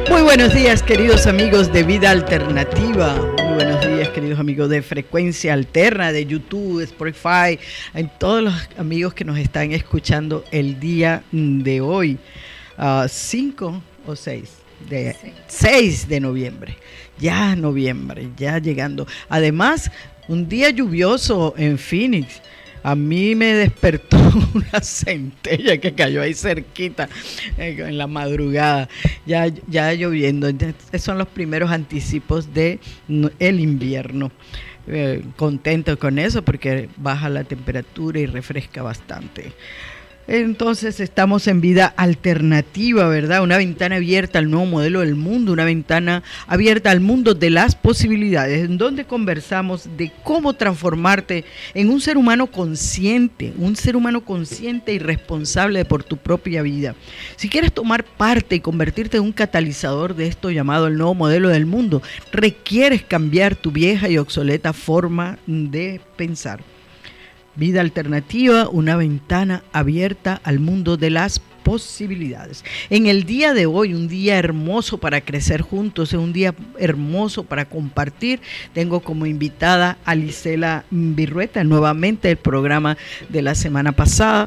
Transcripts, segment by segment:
Muy buenos días, queridos amigos de Vida Alternativa. Muy buenos días, queridos amigos de Frecuencia Alterna, de YouTube, Spotify, a todos los amigos que nos están escuchando el día de hoy, 5 o 6 de 6 de noviembre. Ya noviembre, ya llegando. Además, un día lluvioso en Phoenix. A mí me despertó una centella que cayó ahí cerquita en la madrugada, ya lloviendo. Entonces, son los primeros anticipos de el invierno. Contento con eso porque baja la temperatura y refresca bastante. Entonces estamos en Vida Alternativa, ¿verdad? Una ventana abierta al nuevo modelo del mundo, una ventana abierta al mundo de las posibilidades, en donde conversamos de cómo transformarte en un ser humano consciente y responsable por tu propia vida. Si quieres tomar parte y convertirte en un catalizador de esto llamado el nuevo modelo del mundo, requieres cambiar tu vieja y obsoleta forma de pensar. Vida Alternativa, una ventana abierta al mundo de las posibilidades. En el día de hoy, un día hermoso para crecer juntos, un día hermoso para compartir. Tengo como invitada a Lisela Virrueta, nuevamente el programa de la semana pasada.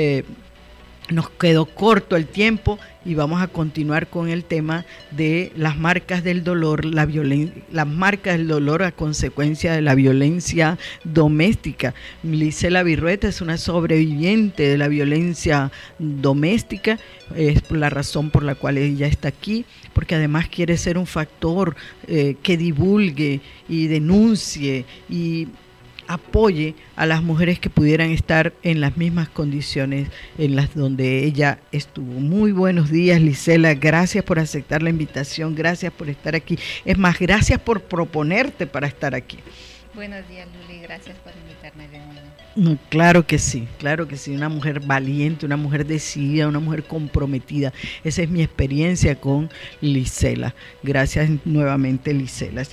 Nos quedó corto el tiempo y vamos a continuar con el tema de las marcas del dolor, las marcas del dolor a consecuencia de la violencia doméstica. Lisela Virrueta es una sobreviviente de la violencia doméstica, es la razón por la cual ella está aquí, porque además quiere ser un factor que divulgue y denuncie y apoye a las mujeres que pudieran estar en las mismas condiciones en las donde ella estuvo. Muy buenos días, Lisela, gracias por aceptar la invitación, gracias por estar aquí. Es más, gracias por proponerte para estar aquí. Buenos días, Luli, gracias por invitarme de nuevo. No, claro que sí, una mujer valiente, una mujer decidida, una mujer comprometida. Esa es mi experiencia con Lisela. Gracias nuevamente, Lisela.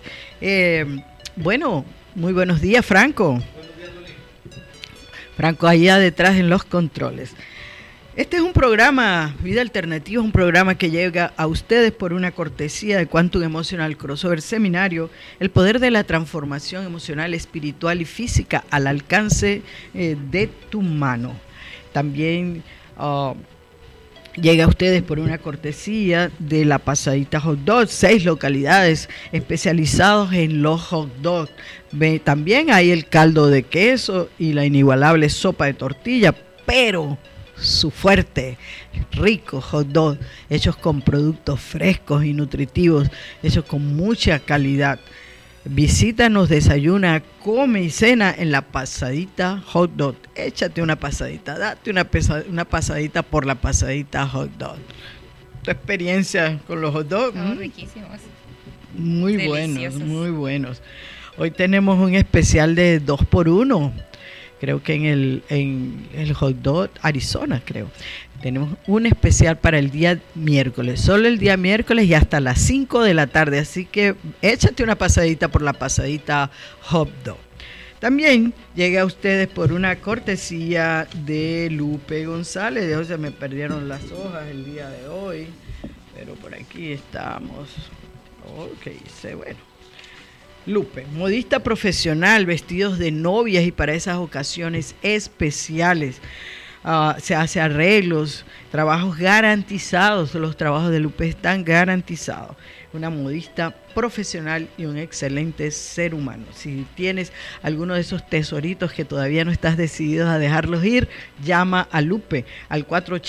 Bueno, muy buenos días, Franco. Buenos días, Luli. Franco, allá detrás en los controles. Este es un programa, Vida Alternativa, es un programa que llega a ustedes por una cortesía de Quantum Emotional Crossover Seminario, el poder de la transformación emocional, espiritual y física al alcance de tu mano. También llega a ustedes por una cortesía de la Pasadita Hot Dog, 6 localidades especializados en los hot dogs. También hay el caldo de queso y la inigualable sopa de tortilla, pero su fuerte, rico hot dog, hechos con productos frescos y nutritivos, hechos con mucha calidad. Visítanos, desayuna, come y cena en la Pasadita Hot Dog. Échate una pasadita, date una pasadita por la Pasadita Hot Dog. ¿Tu experiencia con los hot dogs? Son riquísimos. Muy buenos. Hoy tenemos un especial de 2x1. Creo que en el Hot Dog Arizona, creo. Tenemos un especial para el día miércoles, solo el día miércoles y hasta las 5 de la tarde. Así que échate una pasadita por la Pasadita Hot Dog. También llega a ustedes por una cortesía de Lupe González. O sea, me perdieron las hojas el día de hoy, pero por aquí estamos. Ok, bueno. Lupe, modista profesional, vestidos de novias y para esas ocasiones especiales. Se hace arreglos, trabajos garantizados, los trabajos de Lupe están garantizados. Una modista profesional y un excelente ser humano. Si tienes alguno de esos tesoritos que todavía no estás decidido a dejarlos ir, llama a Lupe al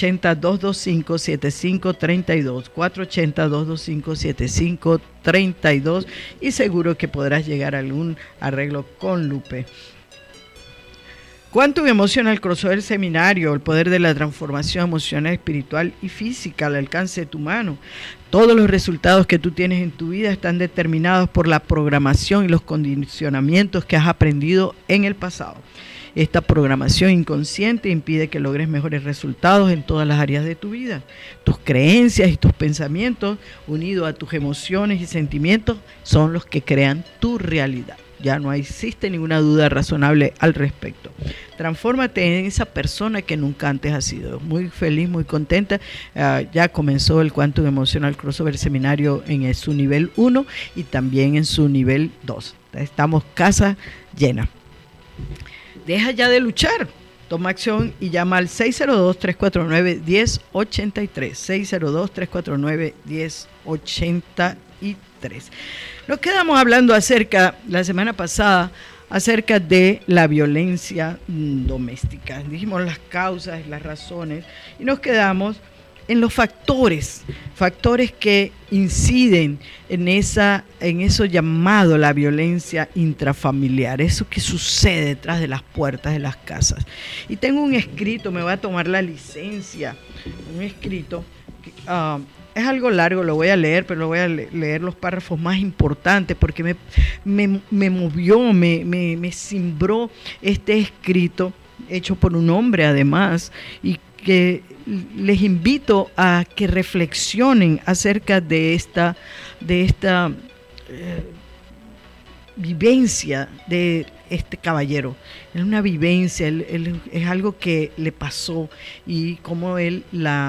480-225-7532, 480-225-7532 y seguro que podrás llegar a algún arreglo con Lupe. Quantum Emotional Crossover Seminario, el poder de la transformación emocional, espiritual y física al alcance de tu mano. Todos los resultados que tú tienes en tu vida están determinados por la programación y los condicionamientos que has aprendido en el pasado. Esta programación inconsciente impide que logres mejores resultados en todas las áreas de tu vida. Tus creencias y tus pensamientos, unidos a tus emociones y sentimientos, son los que crean tu realidad. ya no existe ninguna duda razonable al respecto. Transfórmate en esa persona que nunca antes has sido. Muy feliz, muy contenta. Ya comenzó el Quantum Emotional Crossover Seminario en su nivel 1 y también en su nivel 2. Estamos casa llena. Deja ya de luchar. Toma acción y llama al 602-349-1083. 602-349-1083. Nos quedamos hablando la semana pasada, acerca de la violencia doméstica. Dijimos las causas, las razones, y nos quedamos en los factores que inciden en eso llamado la violencia intrafamiliar, eso que sucede detrás de las puertas de las casas. Y tengo un escrito, me voy a tomar la licencia, un escrito que, es algo largo, lo voy a leer, pero lo voy a leer los párrafos más importantes porque me movió, me cimbró este escrito hecho por un hombre además, y que les invito a que reflexionen acerca de esta vivencia de este caballero. Es una vivencia, él es algo que le pasó y cómo él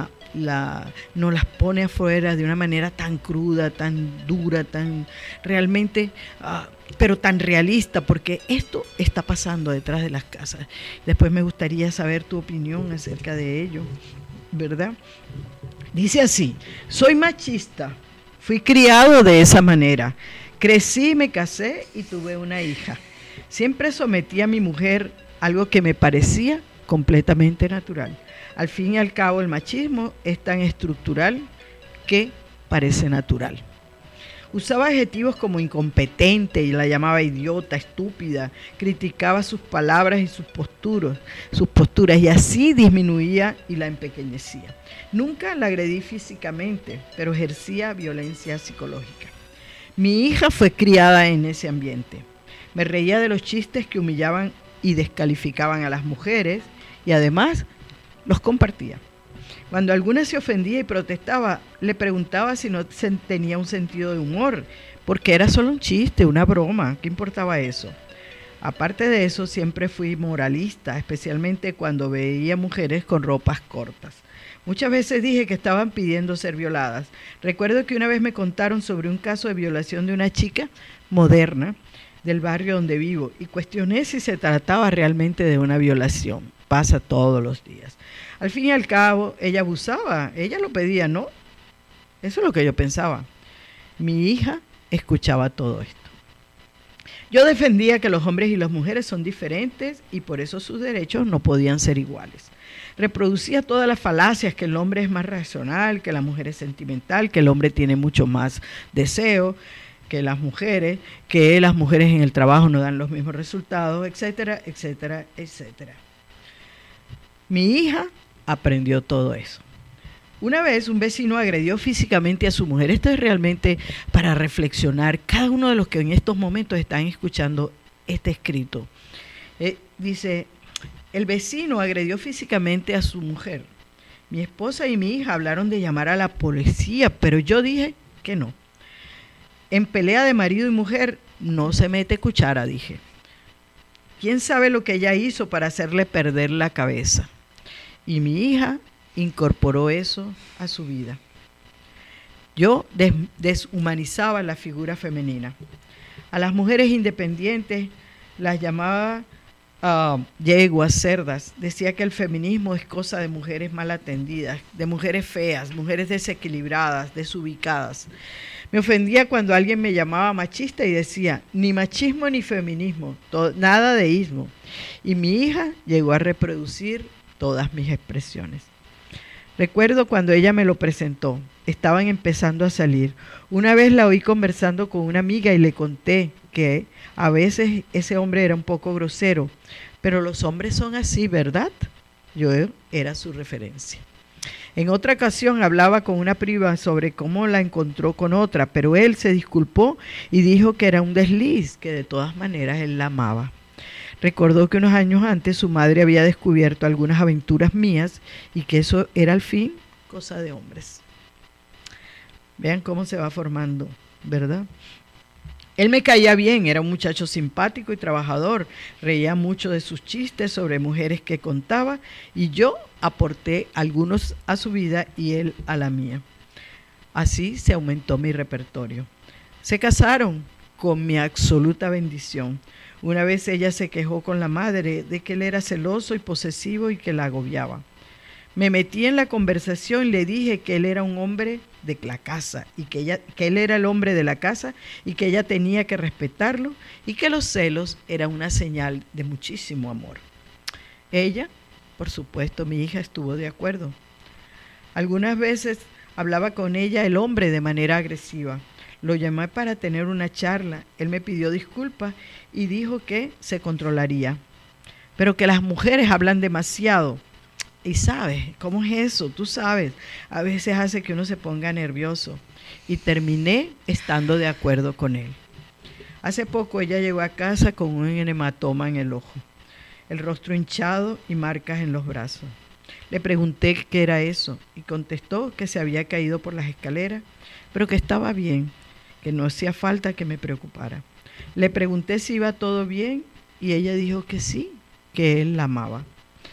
nos las pone afuera de una manera tan cruda, tan dura, tan realmente, pero tan realista, porque esto está pasando detrás de las casas. Después me gustaría saber tu opinión acerca de ello, ¿verdad? Dice así: soy machista, fui criado de esa manera, crecí, me casé y tuve una hija. Siempre sometí a mi mujer, algo que me parecía completamente natural. Al fin y al cabo, el machismo es tan estructural que parece natural. Usaba adjetivos como incompetente y la llamaba idiota, estúpida, criticaba sus palabras y sus posturas y así disminuía y la empequeñecía. Nunca la agredí físicamente, pero ejercía violencia psicológica. Mi hija fue criada en ese ambiente. Me reía de los chistes que humillaban y descalificaban a las mujeres y además los compartía. Cuando alguna se ofendía y protestaba, le preguntaba si no tenía un sentido de humor, porque era solo un chiste, una broma, ¿qué importaba eso? Aparte de eso, siempre fui moralista, especialmente cuando veía mujeres con ropas cortas. Muchas veces dije que estaban pidiendo ser violadas. Recuerdo que una vez me contaron sobre un caso de violación de una chica moderna del barrio donde vivo y cuestioné si se trataba realmente de una violación. Pasa todos los días. Al fin y al cabo, ella abusaba, ella lo pedía, ¿no? Eso es lo que yo pensaba. Mi hija escuchaba todo esto. Yo defendía que los hombres y las mujeres son diferentes y por eso sus derechos no podían ser iguales. Reproducía todas las falacias, que el hombre es más racional, que la mujer es sentimental, que el hombre tiene mucho más deseo que las mujeres en el trabajo no dan los mismos resultados, etcétera, etcétera, etcétera. Mi hija aprendió todo eso. Una vez un vecino agredió físicamente a su mujer. Esto es realmente para reflexionar cada uno de los que en estos momentos están escuchando este escrito. Dice, el vecino agredió físicamente a su mujer. Mi esposa y mi hija hablaron de llamar a la policía, pero yo dije que no. En pelea de marido y mujer no se mete cuchara, dije. ¿Quién sabe lo que ella hizo para hacerle perder la cabeza? Y mi hija incorporó eso a su vida. Yo deshumanizaba la figura femenina. A las mujeres independientes las llamaba yeguas, cerdas. Decía que el feminismo es cosa de mujeres mal atendidas, de mujeres feas, mujeres desequilibradas, desubicadas. Me ofendía cuando alguien me llamaba machista y decía, ni machismo ni feminismo, nada de ismo. Y mi hija llegó a reproducir todas mis expresiones. Recuerdo cuando ella me lo presentó, estaban empezando a salir. Una vez la oí conversando con una amiga y le conté que a veces ese hombre era un poco grosero, pero los hombres son así, ¿verdad? Yo era su referencia. En otra ocasión hablaba con una prima sobre cómo la encontró con otra, pero él se disculpó y dijo que era un desliz, que de todas maneras él la amaba. Recordó que unos años antes su madre había descubierto algunas aventuras mías y que eso era al fin cosa de hombres. Vean cómo se va formando, ¿verdad? Él me caía bien, era un muchacho simpático y trabajador, reía mucho de sus chistes sobre mujeres que contaba y yo aporté algunos a su vida y él a la mía. Así se aumentó mi repertorio. Se casaron con mi absoluta bendición. Una vez ella se quejó con la madre de que él era celoso y posesivo y que la agobiaba. Me metí en la conversación y le dije que él era un hombre de la casa y que él era el hombre de la casa y que ella tenía que respetarlo y que los celos eran una señal de muchísimo amor. Ella, por supuesto, mi hija estuvo de acuerdo. Algunas veces hablaba con ella el hombre de manera agresiva. Lo llamé para tener una charla. Él me pidió disculpas y dijo que se controlaría, pero que las mujeres hablan demasiado. Y sabes, ¿cómo es eso? Tú sabes, a veces hace que uno se ponga nervioso. Y terminé estando de acuerdo con él. Hace poco ella llegó a casa con un hematoma en el ojo, el rostro hinchado y marcas en los brazos. Le pregunté qué era eso y contestó que se había caído por las escaleras, pero que estaba bien, que no hacía falta que me preocupara. Le pregunté si iba todo bien y ella dijo que sí, que él la amaba.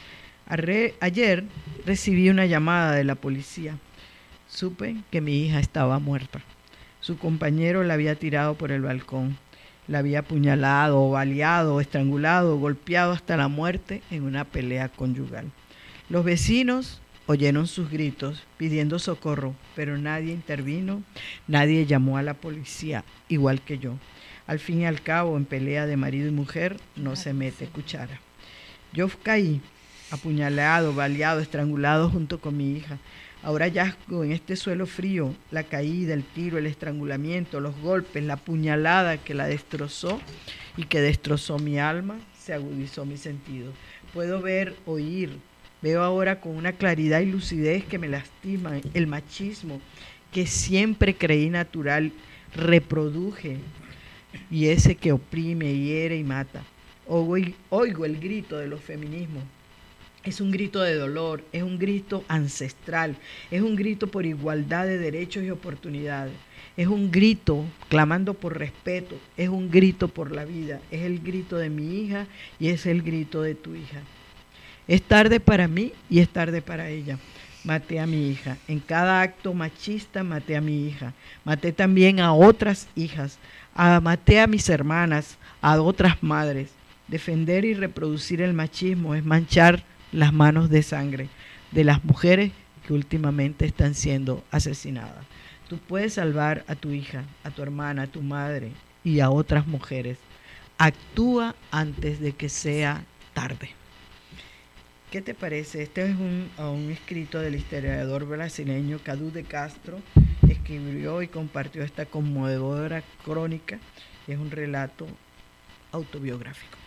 Ayer recibí una llamada de la policía. Supe que mi hija estaba muerta. Su compañero la había tirado por el balcón. La había apuñalado, baleado, estrangulado, golpeado hasta la muerte en una pelea conyugal. Los vecinos oyeron sus gritos pidiendo socorro, pero nadie intervino, nadie llamó a la policía, igual que yo. Al fin y al cabo, en pelea de marido y mujer no se mete cuchara. Yo caí apuñalado, baleado, estrangulado junto con mi hija. Ahora yazgo en este suelo frío, la caída, el tiro, el estrangulamiento, los golpes, la puñalada que la destrozó y que destrozó mi alma, se agudizó mi sentido. Puedo ver, oír, veo ahora con una claridad y lucidez que me lastiman. El machismo que siempre creí natural, reproduje, y ese que oprime, hiere y mata. Oigo el grito de los feminismos. Es un grito de dolor, es un grito ancestral, es un grito por igualdad de derechos y oportunidades, es un grito clamando por respeto, es un grito por la vida, es el grito de mi hija y es el grito de tu hija. Es tarde para mí y es tarde para ella. Maté a mi hija. En cada acto machista maté a mi hija. Maté también a otras hijas. Maté a mis hermanas, a otras madres. Defender y reproducir el machismo es manchar las manos de sangre de las mujeres que últimamente están siendo asesinadas. Tú puedes salvar a tu hija, a tu hermana, a tu madre y a otras mujeres. Actúa antes de que sea tarde. ¿Qué te parece? Este es un escrito del historiador brasileño Cadu de Castro. Escribió y compartió esta conmovedora crónica. Es un relato autobiográfico.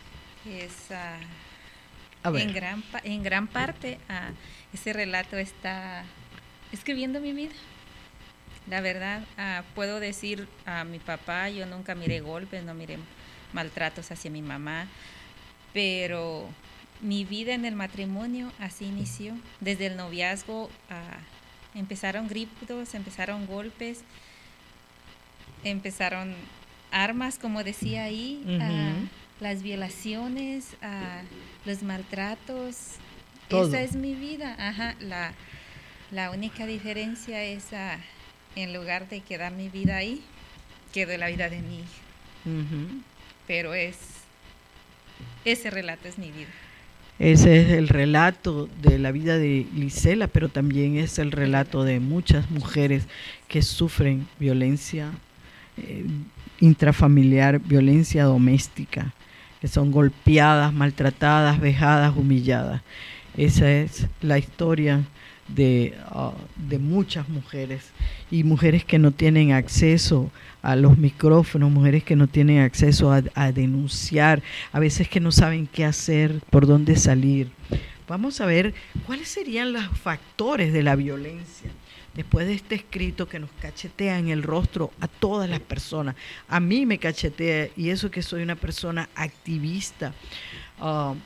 En gran parte, ese relato está escribiendo mi vida. La verdad, puedo decir a mi papá, yo nunca miré golpes, no miré maltratos hacia mi mamá, pero mi vida en el matrimonio así inició. Desde el noviazgo empezaron gritos, empezaron golpes, empezaron armas, como decía ahí, las violaciones, los maltratos. Todo. Esa es mi vida. La única diferencia es, en lugar de quedar mi vida ahí, quedó la vida de mi hija. Pero ese relato es mi vida. Ese es el relato de la vida de Lisela, pero también es el relato de muchas mujeres que sufren violencia intrafamiliar, violencia doméstica, que son golpeadas, maltratadas, vejadas, humilladas. Esa es la historia de muchas mujeres, y mujeres que no tienen acceso a los micrófonos, mujeres que no tienen acceso a denunciar, a veces que no saben qué hacer, por dónde salir. Vamos a ver cuáles serían los factores de la violencia. Después de este escrito que nos cachetea en el rostro a todas las personas, a mí me cachetea, y eso que soy una persona activista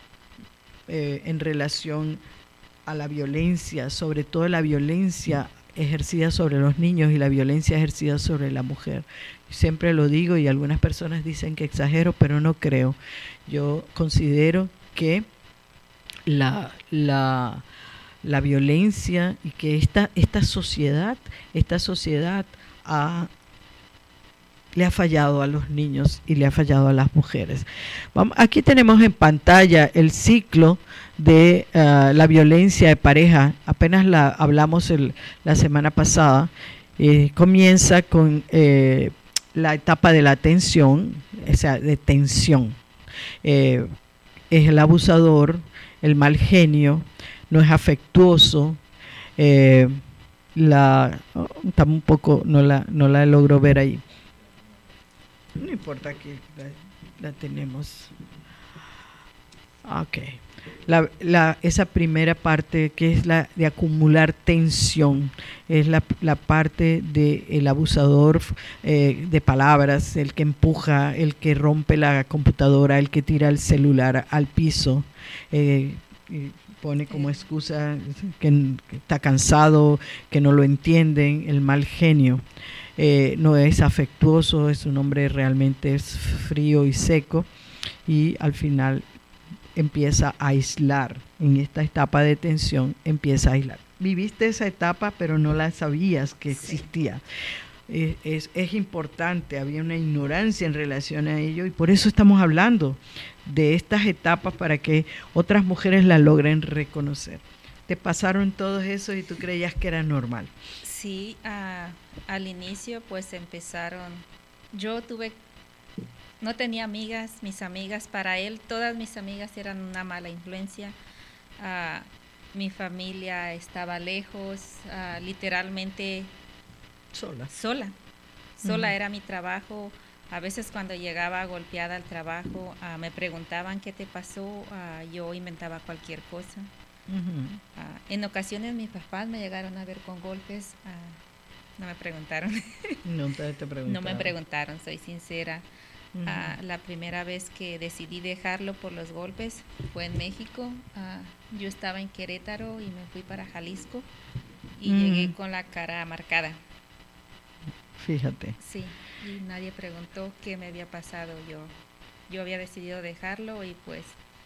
en relación a la violencia, sobre todo la violencia ejercida sobre los niños y la violencia ejercida sobre la mujer. Siempre lo digo y algunas personas dicen que exagero, pero no creo. Yo considero que la violencia y que esta sociedad le ha fallado a los niños y le ha fallado a las mujeres. Aquí tenemos en pantalla el ciclo de la violencia de pareja. Apenas hablamos la semana pasada. Comienza con la etapa de la tensión, o sea, de tensión. Es el abusador, el mal genio, no es afectuoso. Tampoco no la logro ver ahí. No importa que la tenemos. Ok. Esa primera parte que es la de acumular tensión, es la parte del abusador de palabras, el que empuja, el que rompe la computadora, el que tira el celular al piso, y pone como excusa que está cansado, que no lo entienden, el mal genio. No es afectuoso, es un hombre realmente es frío y seco, y al final empieza a aislar. En esta etapa de tensión empieza a aislar. Viviste esa etapa, pero no la sabías que existía. Es importante, había una ignorancia en relación a ello, y por eso estamos hablando de estas etapas para que otras mujeres la logren reconocer. ¿Te pasaron todo eso y tú creías que era normal? Sí, al inicio pues empezaron, no tenía amigas, mis amigas para él, todas mis amigas eran una mala influencia. Mi familia estaba lejos, literalmente sola era mi trabajo. A veces cuando llegaba golpeada al trabajo, me preguntaban qué te pasó, yo inventaba cualquier cosa. En ocasiones mis papás me llegaron a ver con golpes, no me preguntaron. No te preguntaron. No me preguntaron, soy sincera. La primera vez que decidí dejarlo por los golpes fue en México. Yo estaba en Querétaro y me fui para Jalisco y llegué con la cara marcada. Fíjate. Sí, y nadie preguntó qué me había pasado. Yo había decidido dejarlo y pues...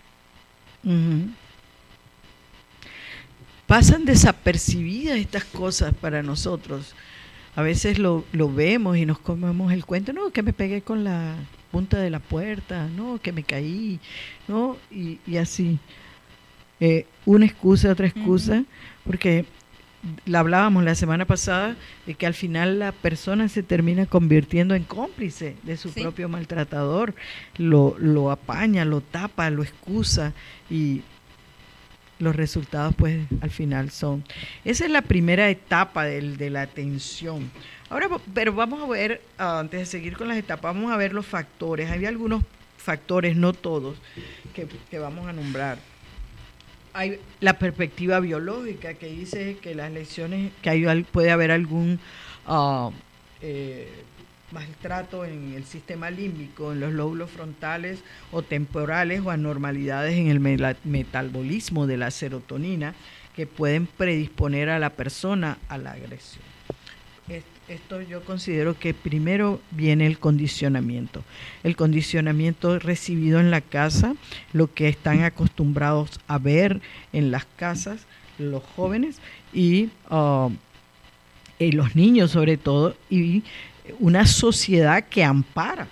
Pasan desapercibidas estas cosas para nosotros. A veces lo vemos y nos comemos el cuento, no, que me pegué con la punta de la puerta, no, que me caí, no, y así. Una excusa, otra excusa, porque la hablábamos la semana pasada de que al final la persona se termina convirtiendo en cómplice de su propio maltratador, lo apaña, lo tapa, lo excusa, y los resultados pues al final son. Esa es la primera etapa de la tensión. Ahora, pero vamos a ver, antes de seguir con las etapas, vamos a ver los factores. Hay algunos factores, no todos, que vamos a nombrar. Hay la perspectiva biológica que dice que las lesiones, que puede haber algún maltrato en el sistema límbico, en los lóbulos frontales o temporales, o anormalidades en el metabolismo de la serotonina que pueden predisponer a la persona a la agresión. Esto yo considero que primero viene el condicionamiento recibido en la casa, lo que están acostumbrados a ver en las casas los jóvenes y los niños sobre todo, y una sociedad que ampara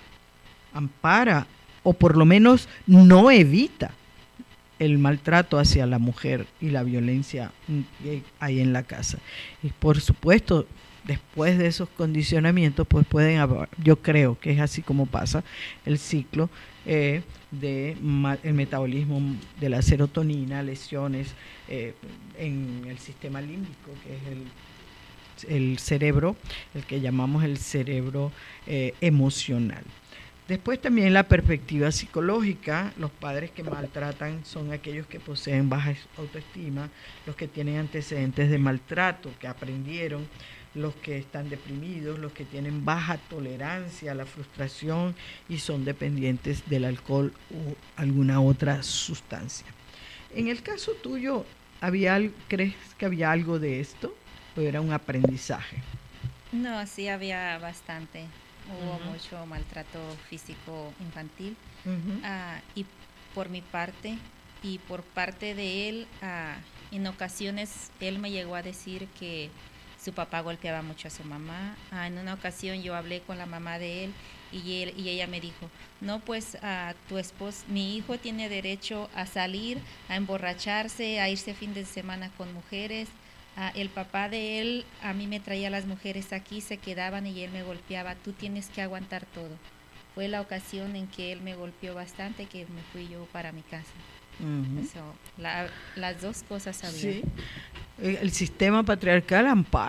o por lo menos no evita el maltrato hacia la mujer y la violencia que hay en la casa. Y por supuesto, después de esos condicionamientos, pues pueden haber, yo creo que es así como pasa el ciclo el metabolismo de la serotonina, lesiones en el sistema límbico, que es el cerebro, el que llamamos el cerebro emocional. Después también la perspectiva psicológica. Los padres que maltratan son aquellos que poseen baja autoestima, los que tienen antecedentes de maltrato, que aprendieron, los que están deprimidos, los que tienen baja tolerancia a la frustración y son dependientes del alcohol o alguna otra sustancia. En el caso tuyo, ¿crees que había algo de esto? o era un aprendizaje? No, sí había bastante. Hubo mucho maltrato físico infantil. Y por mi parte y por parte de él, en ocasiones él me llegó a decir que su papá golpeaba mucho a su mamá. En una ocasión yo hablé con la mamá de él y ella me dijo, no, pues tu esposo, mi hijo tiene derecho a salir, a emborracharse, a irse fin de semana con mujeres. El papá de él a mí me traía a las mujeres aquí, se quedaban y él me golpeaba, tú tienes que aguantar todo. Fue la ocasión en que él me golpeó bastante que me fui yo para mi casa. Eso, las dos cosas había. Sí. El sistema patriarcal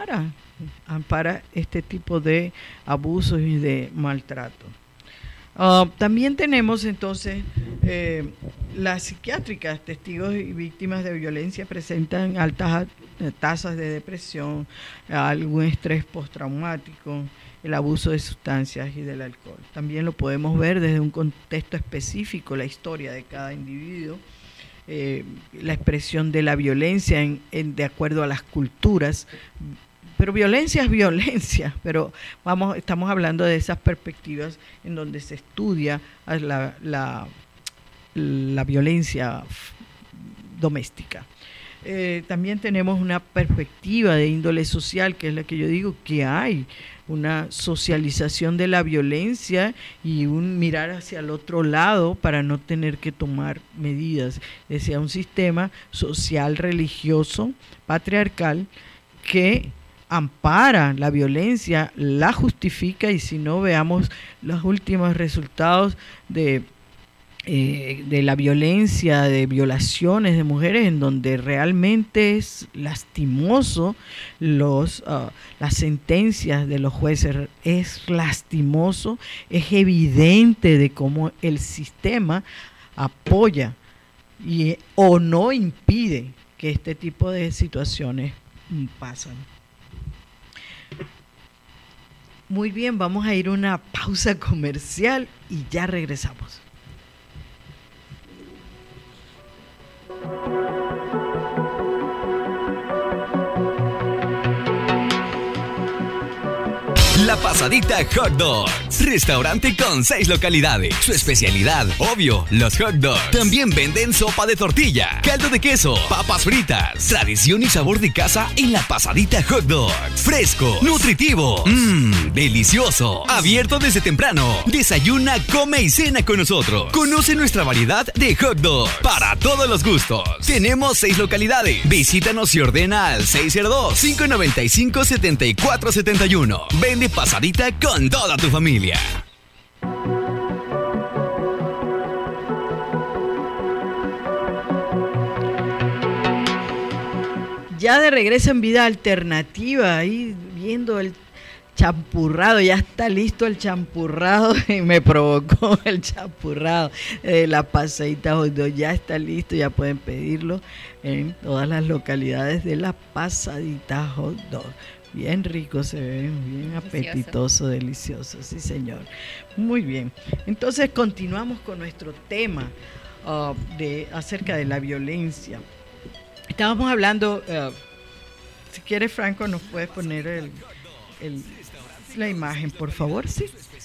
ampara este tipo de abusos y de maltrato. También tenemos entonces las psiquiátricas, testigos y víctimas de violencia presentan altas tasas de depresión, algún estrés postraumático, el abuso de sustancias y del alcohol. También lo podemos ver desde un contexto específico, la historia de cada individuo, la expresión de la violencia de acuerdo a las culturas. Pero violencia es violencia, pero estamos hablando de esas perspectivas en donde se estudia la violencia doméstica. También tenemos una perspectiva de índole social, que es la que yo digo, que hay una socialización de la violencia y un mirar hacia el otro lado para no tener que tomar medidas. Es decir, un sistema social, religioso, patriarcal, que ampara la violencia, la justifica, y si no, veamos los últimos resultados de la violencia, de violaciones de mujeres, en donde realmente es lastimoso las sentencias de los jueces, es lastimoso, es evidente de cómo el sistema apoya o no impide que este tipo de situaciones pasen. Muy bien, vamos a ir a una pausa comercial y ya regresamos. La Pasadita Hot Dogs, restaurante con 6 localidades. Su especialidad, obvio, los hot dogs. También venden sopa de tortilla, caldo de queso, papas fritas. Tradición y sabor de casa en La Pasadita Hot Dogs. Fresco, nutritivo, delicioso. Abierto desde temprano. Desayuna, come y cena con nosotros. Conoce nuestra variedad de hot dogs para todos los gustos. Tenemos 6 localidades. Visítanos y ordena al 602-595-7471. Vende Pasadita con toda tu familia. Ya de regreso en Vida Alternativa, ahí viendo el champurrado, ya está listo el champurrado y me provocó el champurrado. La Pasadita Hot Dog ya está listo, ya pueden pedirlo en todas las localidades de La Pasadita Hot Dog. Bien rico, se ve bien apetitoso, delicioso, sí señor. Muy bien, entonces continuamos con nuestro tema acerca de la violencia. Estábamos hablando, si quieres Franco, nos puedes poner la imagen, por favor, sí,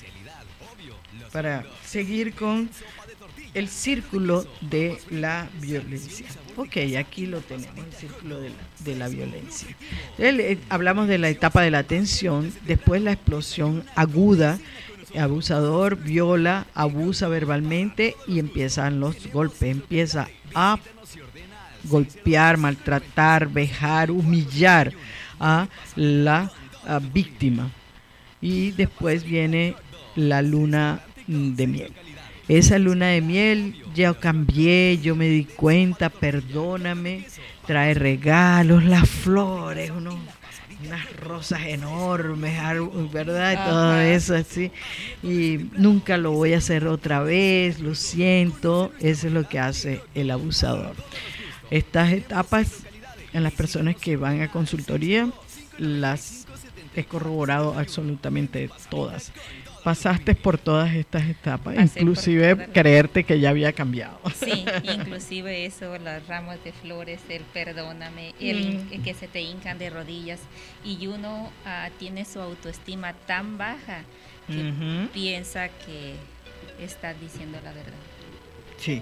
para seguir con el círculo de la violencia. Ok, aquí lo tenemos, el círculo de la violencia. Hablamos de la etapa de la tensión, después la explosión aguda, abusador viola, abusa verbalmente y empiezan los golpes, empieza a golpear, maltratar, vejar, humillar a la víctima. Y después viene la luna de miel. Esa luna de miel, ya cambié, yo me di cuenta, perdóname, trae regalos, las flores, unas rosas enormes, ¿verdad? Todo eso así. Y nunca lo voy a hacer otra vez, lo siento. Eso es lo que hace el abusador. Estas etapas en las personas que van a consultoría las he corroborado absolutamente todas. pasaste por todas estas etapas, Pasé inclusive por todas creerte que ya había cambiado. Sí, inclusive eso, los ramos de flores, el perdóname, el que se te hincan de rodillas y uno tiene su autoestima tan baja que piensa que está diciendo la verdad. Sí,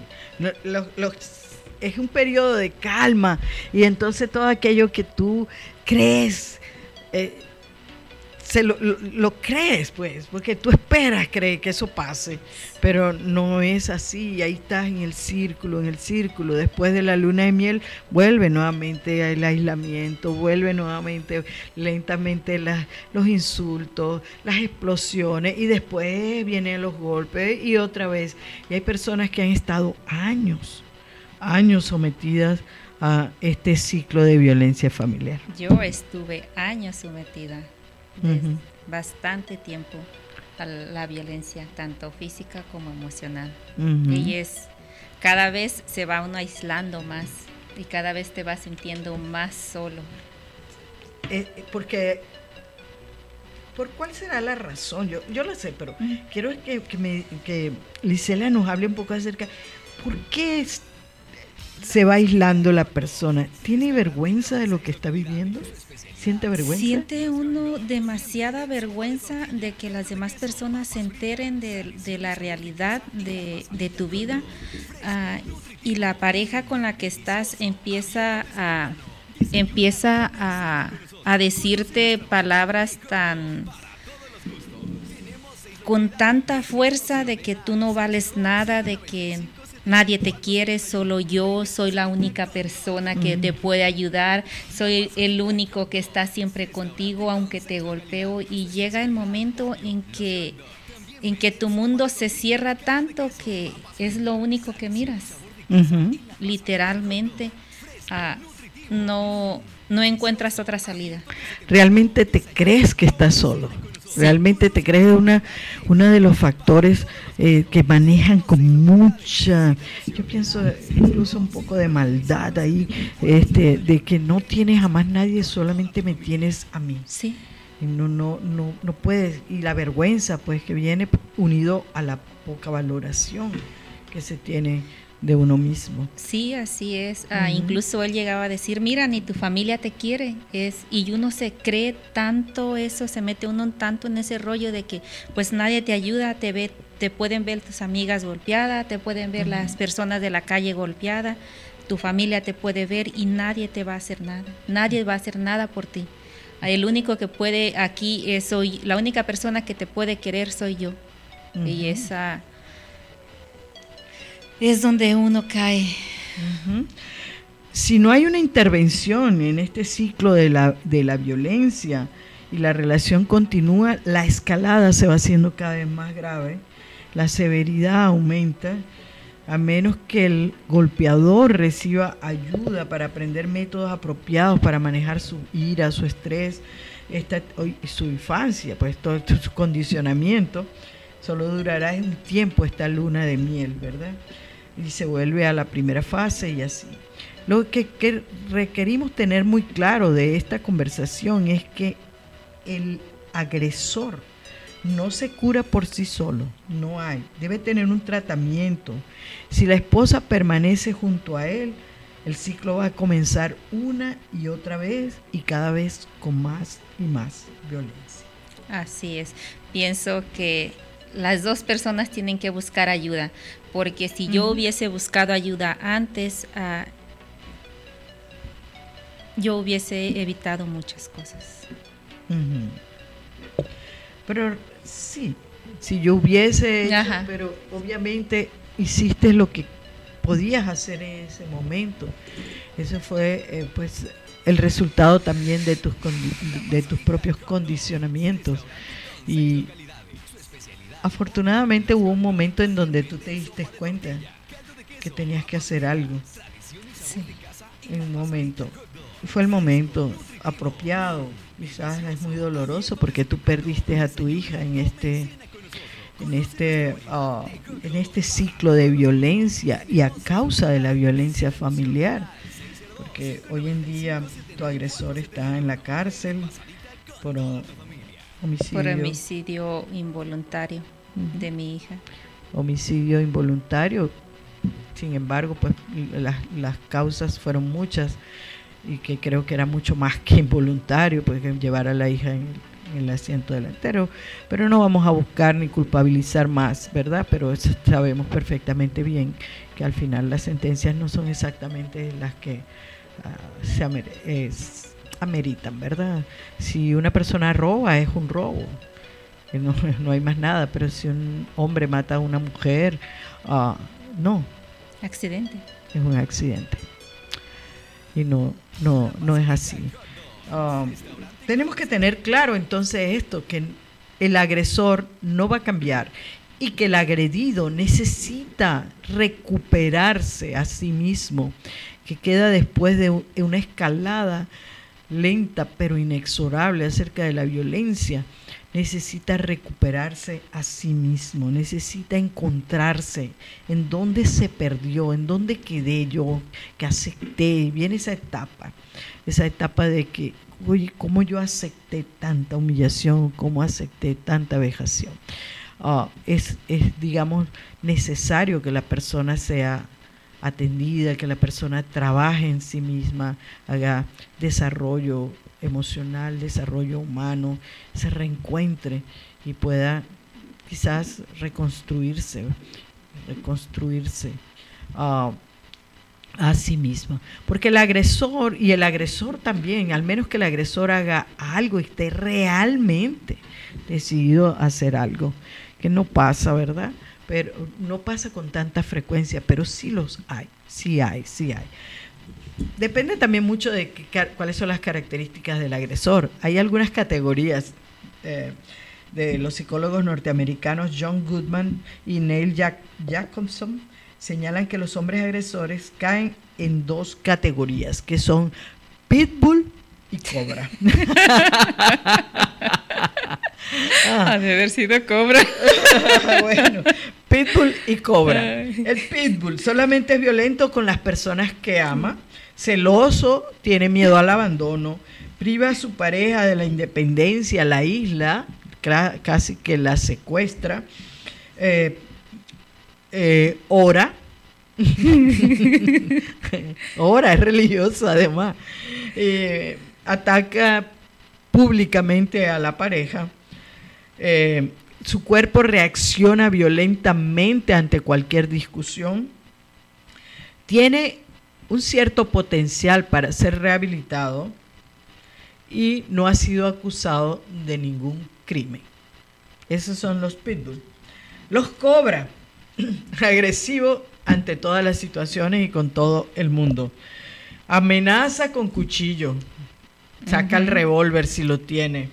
es un periodo de calma y entonces todo aquello que tú crees, lo crees, pues, porque tú esperas creer que eso pase, pero no es así, y ahí estás en el círculo, después de la luna de miel vuelve nuevamente el aislamiento, vuelve nuevamente lentamente los insultos, las explosiones, y después vienen los golpes y otra vez, y hay personas que han estado años sometidas a este ciclo de violencia familiar. Yo estuve años sometida, bastante tiempo, a la violencia, tanto física como emocional. Y cada vez se va uno aislando más y cada vez te vas sintiendo más solo. ¿Por cuál será la razón? Yo la sé, pero quiero que Lisela nos hable un poco acerca, ¿por qué se va aislando la persona? ¿Tiene vergüenza de lo que está viviendo? ¿Siente vergüenza? Siente uno demasiada vergüenza de que las demás personas se enteren de la realidad de tu vida, y la pareja con la que estás empieza a decirte palabras con tanta fuerza de que tú no vales nada, de que nadie te quiere, solo yo soy la única persona que te puede ayudar, soy el único que está siempre contigo aunque te golpeo, y llega el momento en que tu mundo se cierra tanto que es lo único que miras. Literalmente no encuentras otra salida. ¿Realmente te crees que estás solo? Sí. ¿Realmente te crees uno de los factores que manejan con mucha, yo pienso incluso un poco de maldad ahí, de que no tienes a más nadie, solamente me tienes a mí? Sí. Y no puedes, y la vergüenza pues que viene unido a la poca valoración que se tiene de uno mismo. Sí, así es. Incluso él llegaba a decir, mira, ni tu familia te quiere. Y uno se cree tanto eso, se mete uno tanto en ese rollo de que pues nadie te ayuda, te pueden ver tus amigas golpeadas, te pueden ver las personas de la calle golpeadas, tu familia te puede ver y nadie te va a hacer nada. Nadie va a hacer nada por ti. El único que puede aquí la única persona que te puede querer soy yo. Y esa es donde uno cae. Si no hay una intervención en este ciclo de la violencia y la relación continúa, la escalada se va haciendo cada vez más grave, la severidad aumenta, a menos que el golpeador reciba ayuda para aprender métodos apropiados para manejar su ira, su estrés, su infancia, pues todo su condicionamiento. Solo durará un tiempo esta luna de miel, ¿verdad? Y se vuelve a la primera fase y así. Lo que requerimos tener muy claro de esta conversación es que el agresor no se cura por sí solo, no hay. Debe tener un tratamiento. Si la esposa permanece junto a él, el ciclo va a comenzar una y otra vez y cada vez con más y más violencia. Así es. Pienso que las dos personas tienen que buscar ayuda, porque si yo hubiese buscado ayuda antes, yo hubiese evitado muchas cosas. Pero sí, si yo hubiese hecho, pero obviamente hiciste lo que podías hacer en ese momento. Eso fue pues el resultado también de tus propios condicionamientos. Y afortunadamente hubo un momento en donde tú te diste cuenta que tenías que hacer algo. Sí. En un momento. Fue el momento apropiado. Quizás es muy doloroso porque tú perdiste a tu hija en este ciclo de violencia y a causa de la violencia familiar. Porque hoy en día tu agresor está en la cárcel por Por homicidio involuntario de mi hija. Homicidio involuntario. Sin embargo, pues las causas fueron muchas y que creo que era mucho más que involuntario, pues llevar a la hija en el asiento delantero, pero no vamos a buscar ni culpabilizar más, ¿verdad? Pero sabemos perfectamente bien que al final las sentencias no son exactamente las que ameritan, ¿verdad? Si una persona roba, es un robo, no hay más nada, pero si un hombre mata a una mujer, no. Accidente. Es un accidente. Y no es así. Tenemos que tener claro entonces esto, que el agresor no va a cambiar y que el agredido necesita recuperarse a sí mismo, que queda después de una escalada lenta pero inexorable acerca de la violencia. Necesita recuperarse a sí mismo, necesita encontrarse en dónde se perdió, en dónde quedé yo, que acepté. Viene esa etapa de que, oye, ¿cómo yo acepté tanta humillación? ¿Cómo acepté tanta vejación? Es, digamos, necesario que la persona sea atendida, que la persona trabaje en sí misma, haga desarrollo emocional, desarrollo humano, se reencuentre y pueda quizás reconstruirse a sí misma. Porque el agresor también, al menos que el agresor haga algo y esté realmente decidido a hacer algo, que no pasa, ¿verdad? Pero no pasa con tanta frecuencia, pero sí los hay, sí hay. Depende también mucho de cuáles son las características del agresor. Hay algunas categorías de los psicólogos norteamericanos John Goodman y Neil Jacobson señalan que los hombres agresores caen en dos categorías, que son pitbull y cobra. Ha de haber sido cobra. Bueno, pitbull y cobra. El pitbull solamente es violento con las personas que ama, celoso, tiene miedo al abandono, priva a su pareja de la independencia, la isla, casi que la secuestra, ora, es religioso además, ataca públicamente a la pareja, su cuerpo reacciona violentamente ante cualquier discusión, tiene un cierto potencial para ser rehabilitado y no ha sido acusado de ningún crimen. Esos son los pitbull. Los cobra, agresivo ante todas las situaciones y con todo el mundo. Amenaza con cuchillo, saca el revólver si lo tiene.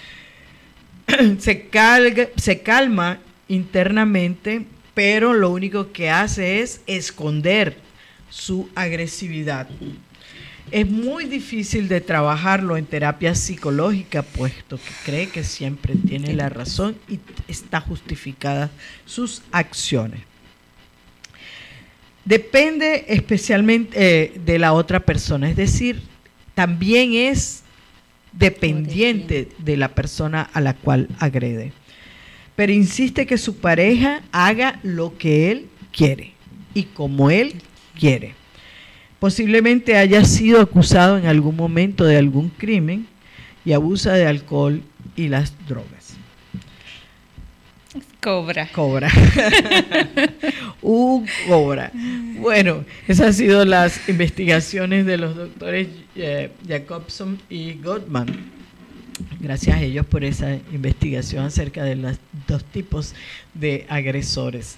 Se calma internamente, pero lo único que hace es esconder su agresividad. Es muy difícil de trabajarlo en terapia psicológica, puesto que cree que siempre tiene la razón y está justificada sus acciones. Depende especialmente de la otra persona, es decir, también es dependiente de la persona a la cual agrede. Pero insiste que su pareja haga lo que él quiere y como él quiere. Posiblemente haya sido acusado en algún momento de algún crimen y abusa de alcohol y las drogas. Cobra. Cobra. Cobra. Bueno, esas han sido las investigaciones de los doctores Jacobson y Goodman. Gracias a ellos por esa investigación acerca de los dos tipos de agresores.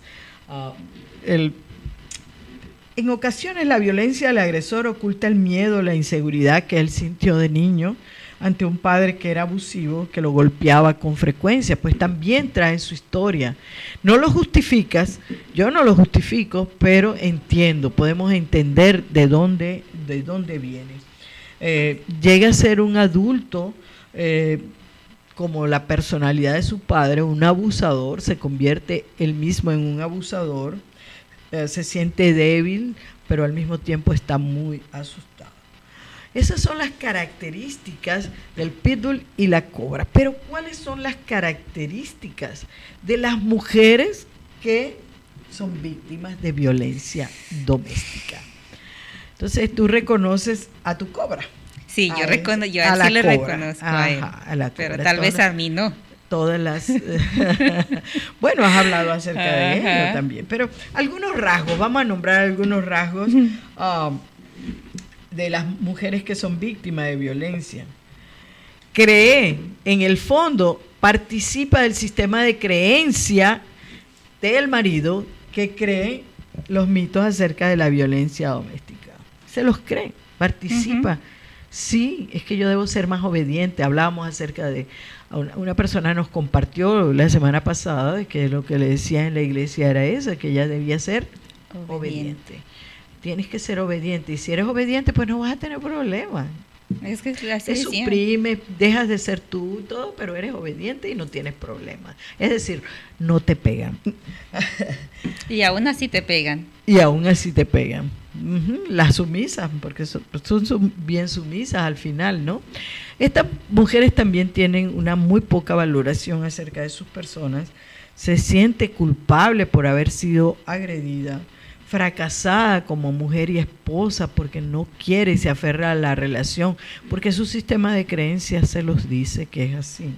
En ocasiones la violencia del agresor oculta el miedo, la inseguridad que él sintió de niño ante un padre que era abusivo, que lo golpeaba con frecuencia, pues también trae su historia. No lo justificas, yo no lo justifico, pero entiendo, podemos entender de dónde viene. Llega a ser un adulto como la personalidad de su padre, un abusador, se convierte él mismo en un abusador, se siente débil, pero al mismo tiempo está muy asustado. Esas son las características del pitbull y la cobra. Pero ¿cuáles son las características de las mujeres que son víctimas de violencia doméstica? Entonces tú reconoces a tu cobra. Sí, yo a él sí le reconozco a él, pero tal vez a mí no. Todas las... bueno, has hablado acerca de ello también, pero algunos rasgos, vamos a nombrar algunos rasgos de las mujeres que son víctimas de violencia. Cree, en el fondo, participa del sistema de creencia del marido que cree los mitos acerca de la violencia doméstica. Se los cree, participa. Sí, es que yo debo ser más obediente. Hablábamos acerca de... Una persona nos compartió la semana pasada de que lo que le decía en la iglesia era eso, que ella debía ser obediente. Tienes que ser obediente. Y si eres obediente, pues no vas a tener problemas. Es que te suprimes, dejas de ser tú y todo, pero eres obediente y no tienes problemas. Es decir, no te pegan. Y aún así te pegan. Y aún así te pegan. Las sumisas, porque son bien sumisas al final, ¿no? Estas mujeres también tienen una muy poca valoración acerca de sus personas. Se siente culpable por haber sido agredida, fracasada como mujer y esposa porque no quiere y se aferra a la relación, porque su sistema de creencias se los dice que es así.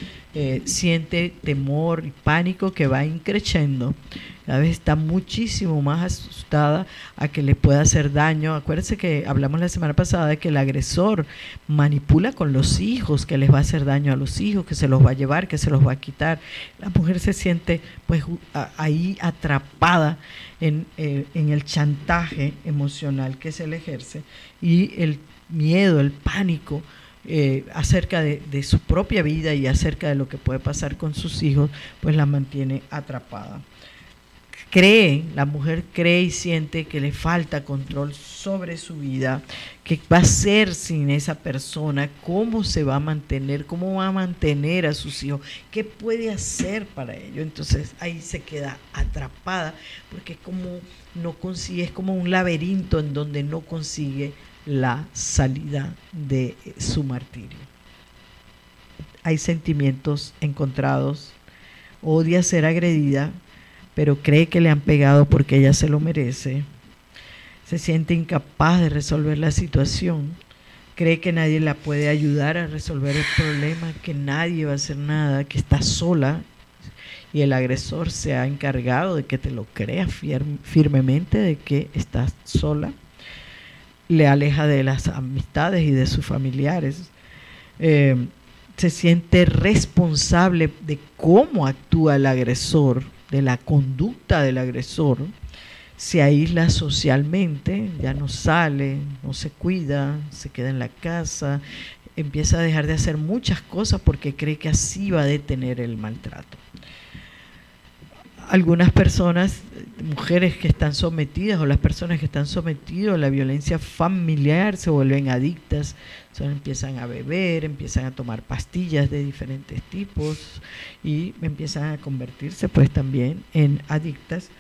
Siente temor y pánico que va increciendo. Cada vez está muchísimo más asustada a que le pueda hacer daño. Acuérdense que hablamos la semana pasada de que el agresor manipula con los hijos, que les va a hacer daño a los hijos, que se los va a llevar, que se los va a quitar. La mujer se siente pues ahí atrapada en el chantaje emocional que se le ejerce, y el miedo, el pánico acerca de su propia vida y acerca de lo que puede pasar con sus hijos, pues la mantiene atrapada. La mujer cree y siente que le falta control sobre su vida, que va a ser sin esa persona, cómo se va a mantener, cómo va a mantener a sus hijos, qué puede hacer para ello. Entonces ahí se queda atrapada, porque es como no consigue, es como un laberinto en donde no consigue la salida de su martirio. Hay sentimientos encontrados, odia ser agredida, pero cree que le han pegado porque ella se lo merece. Se siente incapaz de resolver la situación, cree que nadie la puede ayudar a resolver el problema, que nadie va a hacer nada, que está sola, y el agresor se ha encargado de que te lo creas firmemente de que estás sola. Le aleja de las amistades y de sus familiares. Se siente responsable de cómo actúa el agresor, de la conducta del agresor. Se aísla socialmente, ya no sale, no se cuida, se queda en la casa, empieza a dejar de hacer muchas cosas porque cree que así va a detener el maltrato. Algunas personas, mujeres que están sometidas o las personas que están sometidas a la violencia familiar se vuelven adictas, empiezan a beber, empiezan a tomar pastillas de diferentes tipos y empiezan a convertirse pues también en adictas.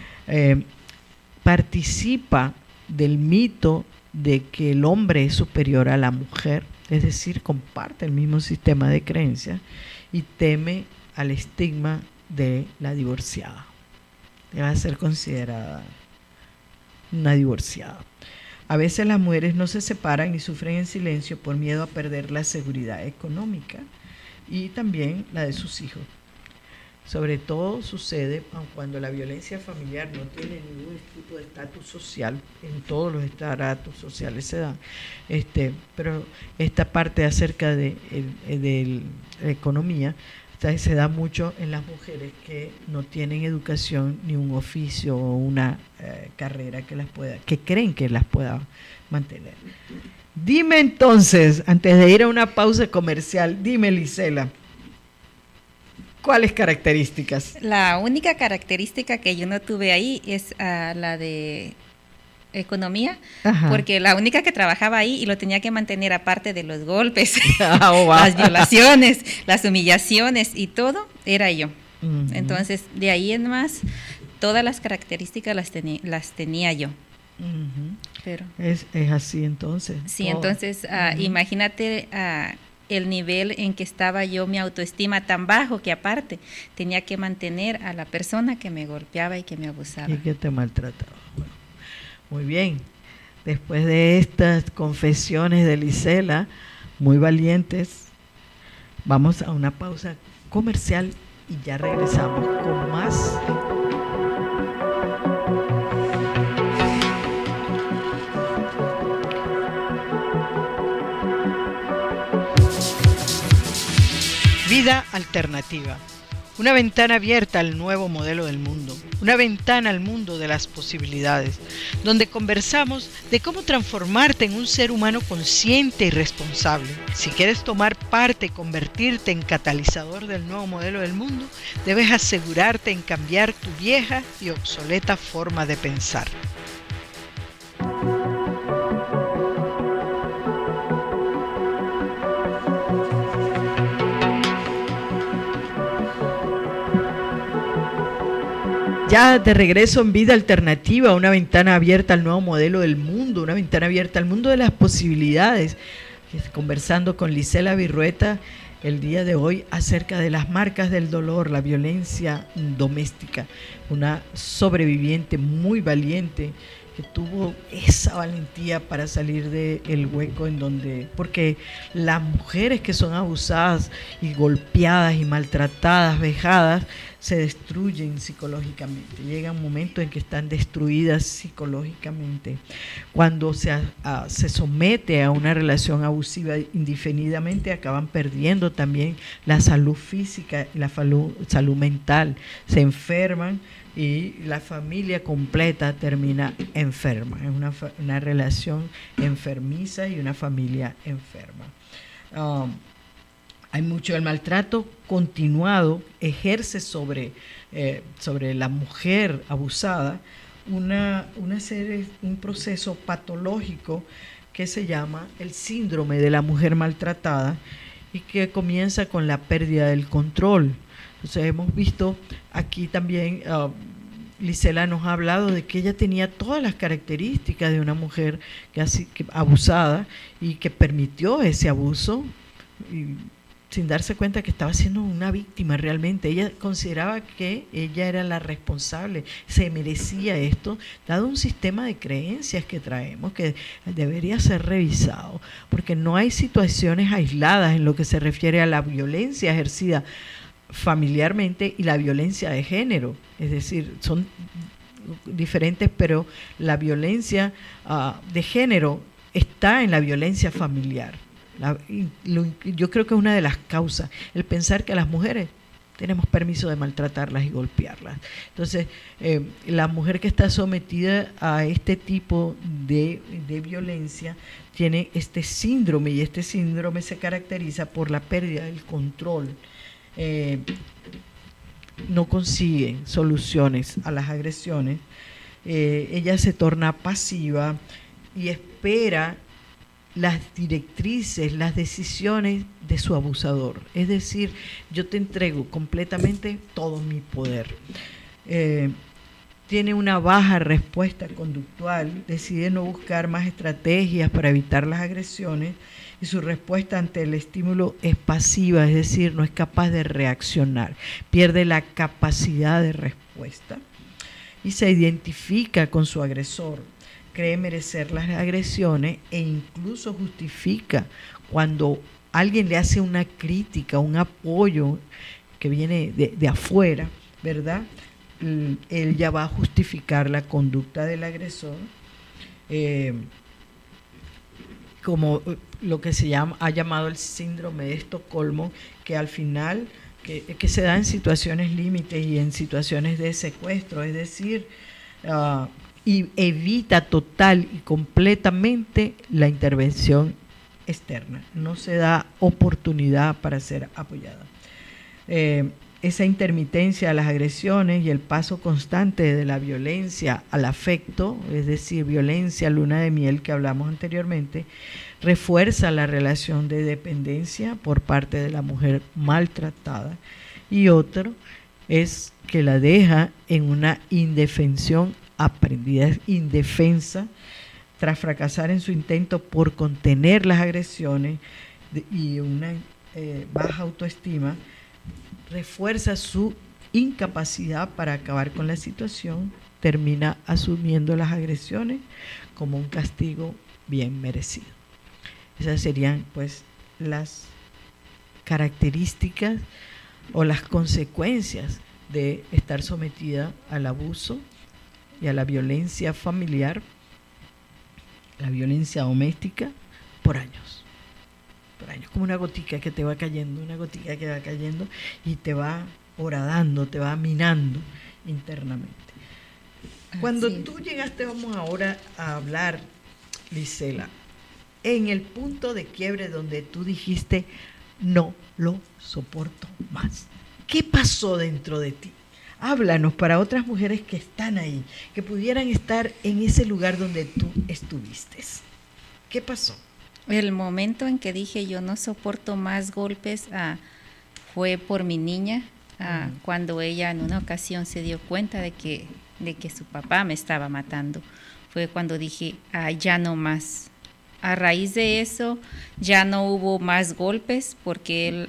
Participa del mito de que el hombre es superior a la mujer, es decir, comparte el mismo sistema de creencias y teme al estigma de la divorciada. Va a ser considerada una divorciada. A veces las mujeres no se separan y sufren en silencio por miedo a perder la seguridad económica y también la de sus hijos. Sobre todo sucede cuando la violencia familiar no tiene ningún tipo de estatus social, en todos los estratos sociales se da, pero esta parte acerca de la economía se da mucho en las mujeres que no tienen educación ni un oficio o una carrera que creen que las pueda mantener. Dime entonces, antes de ir a una pausa comercial, dime, Lisela, ¿cuáles características? La única característica que yo no tuve ahí es la de economía, porque la única que trabajaba ahí y lo tenía que mantener aparte de los golpes, las violaciones, las humillaciones y todo, era yo. Entonces, de ahí en más, todas las características las tenía yo. Pero es así entonces. sí, entonces imagínate el nivel en que estaba yo, mi autoestima tan bajo que aparte tenía que mantener a la persona que me golpeaba y que me abusaba. Y que te maltrataba. Bueno, muy bien. Después de estas confesiones de Lisela, muy valientes, vamos a una pausa comercial y ya regresamos con más. Vida alternativa. Una ventana abierta al nuevo modelo del mundo. Una ventana al mundo de las posibilidades, donde conversamos de cómo transformarte en un ser humano consciente y responsable. Si quieres tomar parte y convertirte en catalizador del nuevo modelo del mundo, debes asegurarte en cambiar tu vieja y obsoleta forma de pensar. Ya de regreso en Vida Alternativa, una ventana abierta al nuevo modelo del mundo, una ventana abierta al mundo de las posibilidades. Conversando con Lisela Virrueta el día de hoy acerca de las marcas del dolor, la violencia doméstica. Una sobreviviente muy valiente que tuvo esa valentía para salir del hueco en donde, porque las mujeres que son abusadas y golpeadas y maltratadas, vejadas, se destruyen psicológicamente. Llega un momento en que están destruidas psicológicamente. Cuando se somete a una relación abusiva indefinidamente, acaban perdiendo también la salud física y la salud mental. Se enferman y la familia completa termina enferma. Es una relación enfermiza y una familia enferma. Hay mucho del maltrato continuado, ejerce sobre la mujer abusada un proceso patológico que se llama el síndrome de la mujer maltratada y que comienza con la pérdida del control. Entonces hemos visto aquí también, Lisela nos ha hablado de que ella tenía todas las características de una mujer que abusada y que permitió ese abuso y, sin darse cuenta que estaba siendo una víctima realmente. Ella consideraba que ella era la responsable, se merecía esto, dado un sistema de creencias que traemos que debería ser revisado, porque no hay situaciones aisladas en lo que se refiere a la violencia ejercida familiarmente y la violencia de género. Es decir, son diferentes, pero la violencia de género está en la violencia familiar. Yo creo que es una de las causas, el pensar que las mujeres tenemos permiso de maltratarlas y golpearlas. Entonces, la mujer que está sometida a este tipo de violencia tiene este síndrome, y este síndrome se caracteriza por la pérdida del control. No consigue soluciones a las agresiones. Ella se torna pasiva y espera las directrices, las decisiones de su abusador. Es decir, yo te entrego completamente todo mi poder. Tiene una baja respuesta conductual, decide no buscar más estrategias para evitar las agresiones y su respuesta ante el estímulo es pasiva, es decir, no es capaz de reaccionar, pierde la capacidad de respuesta y se identifica con su agresor. Cree merecer las agresiones e incluso justifica cuando alguien le hace una crítica, un apoyo que viene de afuera, ¿verdad? Él ya va a justificar la conducta del agresor, como lo que ha llamado el síndrome de Estocolmo, que al final que se da en situaciones límites y en situaciones de secuestro, es decir, y evita total y completamente la intervención externa. No se da oportunidad para ser apoyada. Esa intermitencia a las agresiones y el paso constante de la violencia al afecto, es decir, violencia, luna de miel que hablamos anteriormente, refuerza la relación de dependencia por parte de la mujer maltratada. Y otro es que la deja en una indefensión aprendida, indefensa, tras fracasar en su intento por contener las agresiones y una baja autoestima, refuerza su incapacidad para acabar con la situación, termina asumiendo las agresiones como un castigo bien merecido. Esas serían pues las características o las consecuencias de estar sometida al abuso y a la violencia familiar, la violencia doméstica, por años, como una gotica que te va cayendo, y te va horadando, te va minando internamente. Cuando tú llegaste, vamos ahora a hablar, Lisela, en el punto de quiebre donde tú dijiste, no lo soporto más. ¿Qué pasó dentro de ti? Háblanos para otras mujeres que están ahí, que pudieran estar en ese lugar donde tú estuviste. ¿Qué pasó? El momento en que dije yo no soporto más golpes fue por mi niña, cuando ella en una ocasión se dio cuenta de que su papá me estaba matando. Fue cuando dije, ya no más. A raíz de eso ya no hubo más golpes, porque él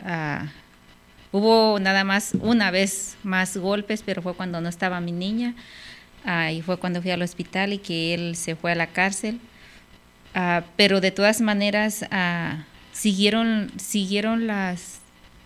hubo nada más una vez más golpes, pero fue cuando no estaba mi niña, y fue cuando fui al hospital y que él se fue a la cárcel. Pero de todas maneras siguieron las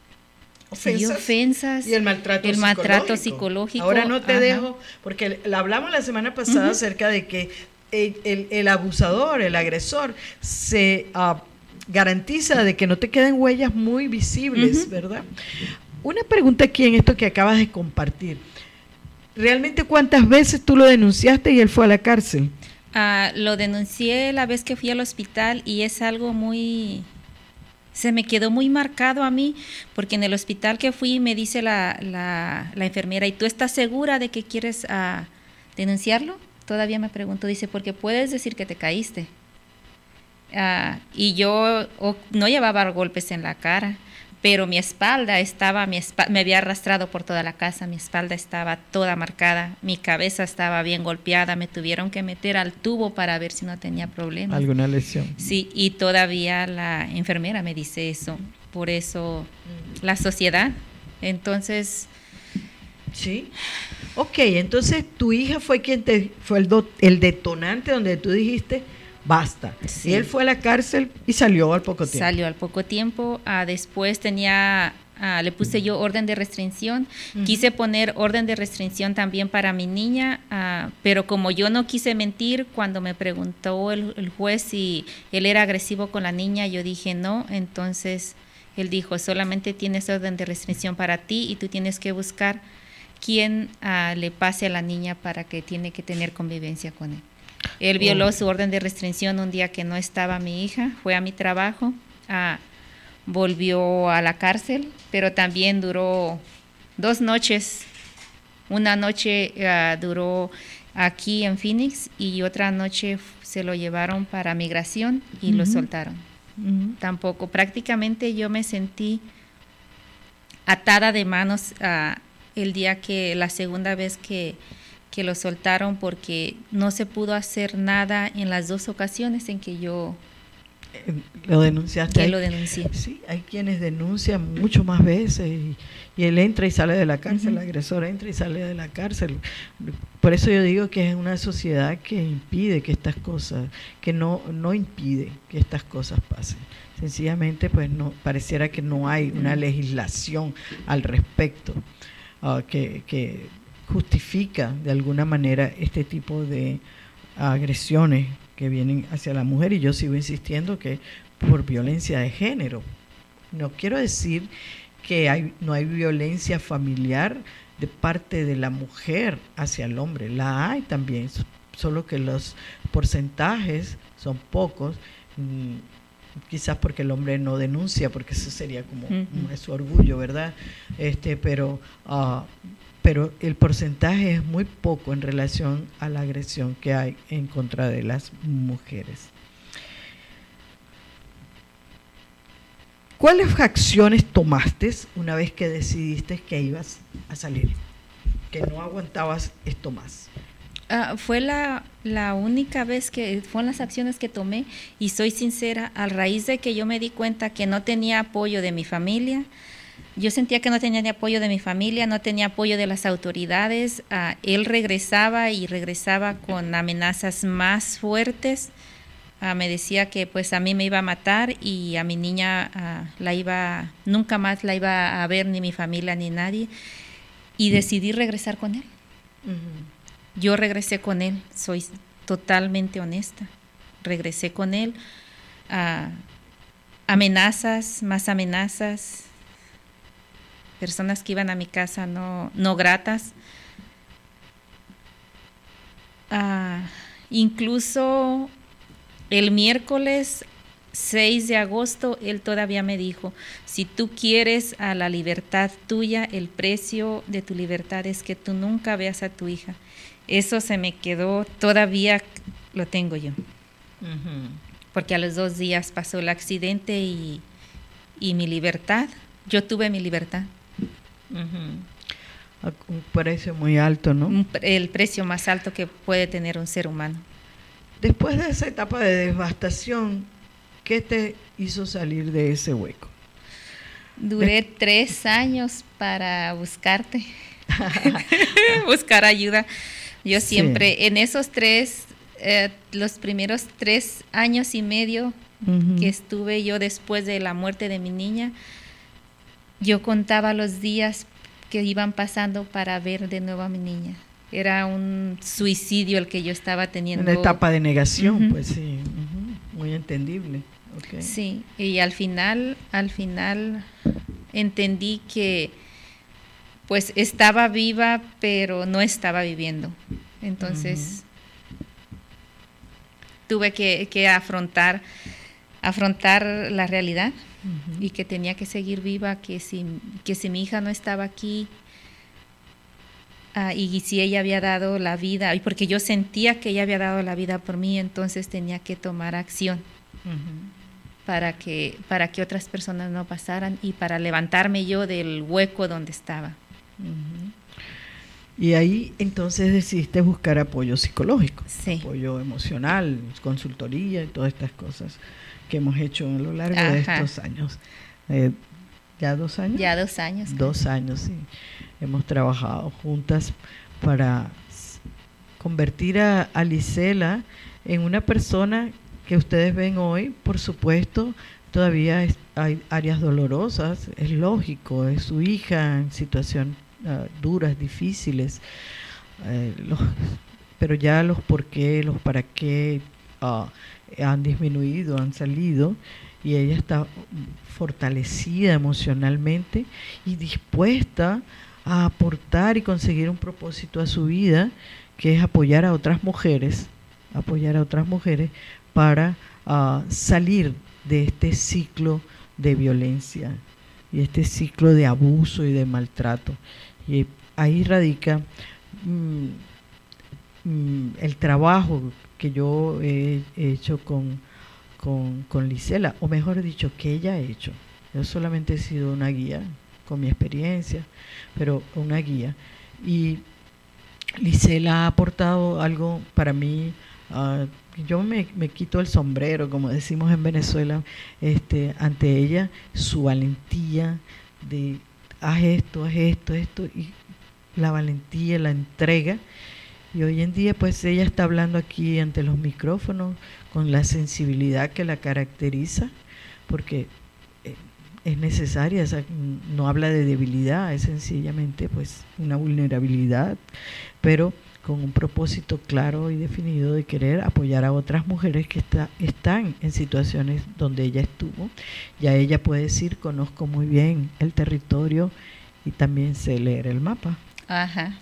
ofensas y el maltrato psicológico. Ahora no te dejo, porque hablamos la semana pasada acerca de que el abusador, el agresor, se garantiza de que no te queden huellas muy visibles, ¿verdad? Una pregunta aquí en esto que acabas de compartir. ¿Realmente cuántas veces tú lo denunciaste y él fue a la cárcel? Lo denuncié la vez que fui al hospital y es algo se me quedó muy marcado a mí, porque en el hospital que fui me dice la enfermera, ¿y tú estás segura de que quieres denunciarlo? Todavía me pregunto, dice, porque puedes decir que te caíste. Y yo no llevaba golpes en la cara, pero mi espalda me había arrastrado por toda la casa, mi espalda estaba toda marcada, mi cabeza estaba bien golpeada, me tuvieron que meter al tubo para ver si no tenía problemas. ¿Alguna lesión? Sí, y todavía la enfermera me dice eso, por eso la sociedad. Entonces... Sí. Ok, entonces tu hija fue fue el detonante donde tú dijiste... Basta. Sí. Y él fue a la cárcel y salió al poco tiempo. Salió al poco tiempo. Después le puse yo orden de restricción. Quise poner orden de restricción también para mi niña, pero como yo no quise mentir, cuando me preguntó el juez si él era agresivo con la niña, yo dije no. Entonces él dijo, solamente tienes orden de restricción para ti y tú tienes que buscar quién le pase a la niña para que tiene que tener convivencia con él. Él violó su orden de restricción un día que no estaba mi hija, fue a mi trabajo, volvió a la cárcel, pero también duró 2 noches. Una noche duró aquí en Phoenix y otra noche se lo llevaron para migración y lo soltaron. Tampoco, prácticamente yo me sentí atada de manos el día la segunda vez que lo soltaron, porque no se pudo hacer nada en las 2 ocasiones en que yo lo denunciaste. Lo denuncié. Sí, hay quienes denuncian mucho más veces y él entra y sale de la cárcel, el agresor entra y sale de la cárcel. Por eso yo digo que es una sociedad que impide que estas cosas, que no impide que estas cosas pasen. Sencillamente, pues no pareciera que no hay una legislación al respecto que justifica de alguna manera este tipo de agresiones que vienen hacia la mujer, y yo sigo insistiendo que por violencia de género. No quiero decir que no hay violencia familiar de parte de la mujer hacia el hombre, la hay también, solo que los porcentajes son pocos, quizás porque el hombre no denuncia, porque eso sería como su orgullo, ¿verdad? Pero el porcentaje es muy poco en relación a la agresión que hay en contra de las mujeres. ¿Cuáles acciones tomaste una vez que decidiste que ibas a salir, que no aguantabas esto más? Fue la única vez que fueron las acciones que tomé, y soy sincera, a raíz de que yo me di cuenta que no tenía apoyo de mi familia. Yo sentía que no tenía ni apoyo de mi familia, no tenía apoyo de las autoridades. Él regresaba con amenazas más fuertes. Me decía que pues a mí me iba a matar y a mi niña nunca más la iba a ver ni mi familia ni nadie. Y decidí regresar con él. Uh-huh. Yo regresé con él, soy totalmente honesta. Regresé con él. Amenazas, más amenazas. Personas que iban a mi casa no gratas. Incluso el miércoles 6 de agosto, él todavía me dijo, si tú quieres a la libertad tuya, el precio de tu libertad es que tú nunca veas a tu hija. Eso se me quedó, todavía lo tengo yo. Uh-huh. Porque a los 2 días pasó el accidente y mi libertad, yo tuve mi libertad. Uh-huh. A un precio muy alto, ¿no? El precio más alto que puede tener un ser humano. Después de esa etapa de devastación, ¿qué te hizo salir de ese hueco? Duré 3 años para buscarte, buscar ayuda. Yo siempre, en esos los primeros 3 años y medio uh-huh. que estuve yo después de la muerte de mi niña, yo contaba los días que iban pasando para ver de nuevo a mi niña. Era un suicidio el que yo estaba teniendo. Una etapa de negación, uh-huh. Pues sí, uh-huh. Muy entendible. Okay. Sí, y al final entendí que pues estaba viva, pero no estaba viviendo. Entonces uh-huh. tuve que afrontar la realidad uh-huh. y que tenía que seguir viva, que si mi hija no estaba aquí y si ella había dado la vida, y porque yo sentía que ella había dado la vida por mí, entonces tenía que tomar acción uh-huh. para que otras personas no pasaran y para levantarme yo del hueco donde estaba. Uh-huh. Y ahí entonces decidiste buscar apoyo psicológico, sí. Apoyo emocional, consultoría y todas estas cosas que hemos hecho a lo largo Ajá. de estos años. ¿Ya 2 años? Ya 2 años. 2 años, sí. Hemos trabajado juntas para convertir a Lisela en una persona que ustedes ven hoy. Por supuesto, todavía hay áreas dolorosas, es lógico, es su hija en situaciones duras, difíciles, pero ya los por qué, los para qué han disminuido, han salido, y ella está fortalecida emocionalmente y dispuesta a aportar y conseguir un propósito a su vida, que es apoyar a otras mujeres para salir de este ciclo de violencia y este ciclo de abuso y de maltrato. Y ahí radica el trabajo que yo he hecho con Lisela, o mejor dicho, que ella ha hecho. Yo solamente he sido una guía con mi experiencia, pero una guía. Y Lisela ha aportado algo para mí. Yo me quito el sombrero, como decimos en Venezuela, ante ella, su valentía de haz esto, y la valentía, la entrega. Y hoy en día pues ella está hablando aquí ante los micrófonos con la sensibilidad que la caracteriza, porque es necesaria, no habla de debilidad, es sencillamente pues una vulnerabilidad, pero con un propósito claro y definido de querer apoyar a otras mujeres que están en situaciones donde ella estuvo. Ya ella puede decir, conozco muy bien el territorio y también sé leer el mapa. Ajá.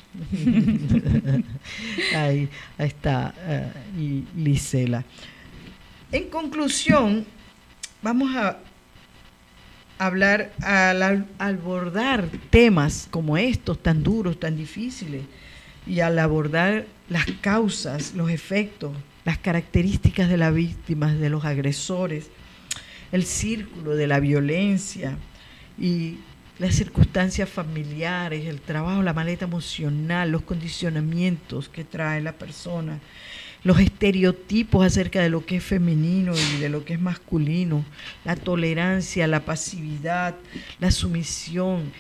Ahí está Lisela. En conclusión, vamos a hablar, al abordar temas como estos, tan duros, tan difíciles, y al abordar las causas, los efectos, las características de las víctimas, de los agresores, el círculo de la violencia y las circunstancias familiares, el trabajo, la maleta emocional, los condicionamientos que trae la persona, los estereotipos acerca de lo que es femenino y de lo que es masculino, la tolerancia, la pasividad, la sumisión,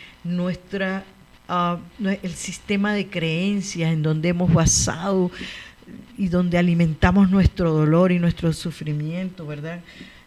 el sistema de creencias en donde hemos basado y donde alimentamos nuestro dolor y nuestro sufrimiento, ¿verdad?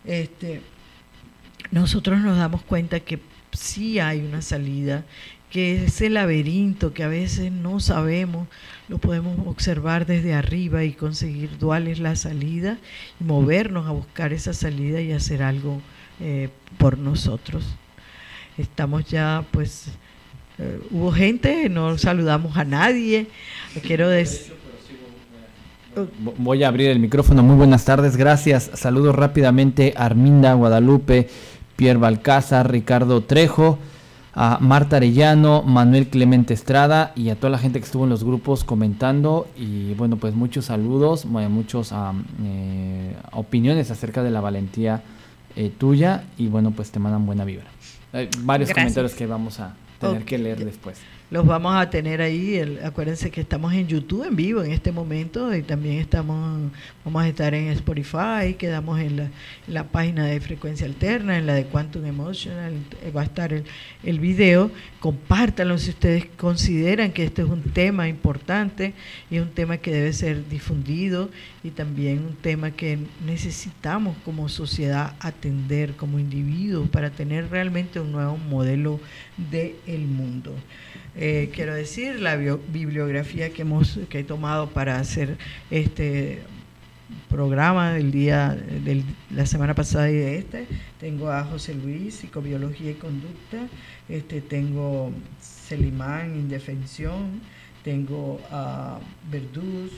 Nosotros nos damos cuenta que sí hay una salida, que ese laberinto que a veces no sabemos, lo podemos observar desde arriba y conseguir duales la salida y movernos a buscar esa salida y hacer algo por nosotros. Estamos ya, pues, hubo gente, no saludamos a nadie. Quiero decir... Voy a abrir el micrófono. Muy buenas tardes, gracias. Saludos rápidamente a Arminda Guadalupe, Pierre Balcázar, Ricardo Trejo, a Marta Arellano, Manuel Clemente Estrada y a toda la gente que estuvo en los grupos comentando. Y bueno, pues muchos saludos, muchos opiniones acerca de la valentía tuya. Y bueno, pues te mandan buena vibra. Varios Gracias. comentarios que vamos a tener que leer después. Los vamos a tener ahí, acuérdense que estamos en YouTube en vivo en este momento y también vamos a estar en Spotify, quedamos en la página de Frecuencia Alterna, en la de Quantum Emotional, va a estar el video. Compártanlo si ustedes consideran que este es un tema importante y es un tema que debe ser difundido y también un tema que necesitamos como sociedad atender como individuos para tener realmente un nuevo modelo del mundo. Quiero decir, la bibliografía que he tomado para hacer este programa de la semana pasada y de tengo a José Luis, Psicobiología y Conducta, tengo Selimán, Indefensión, tengo a Verdús,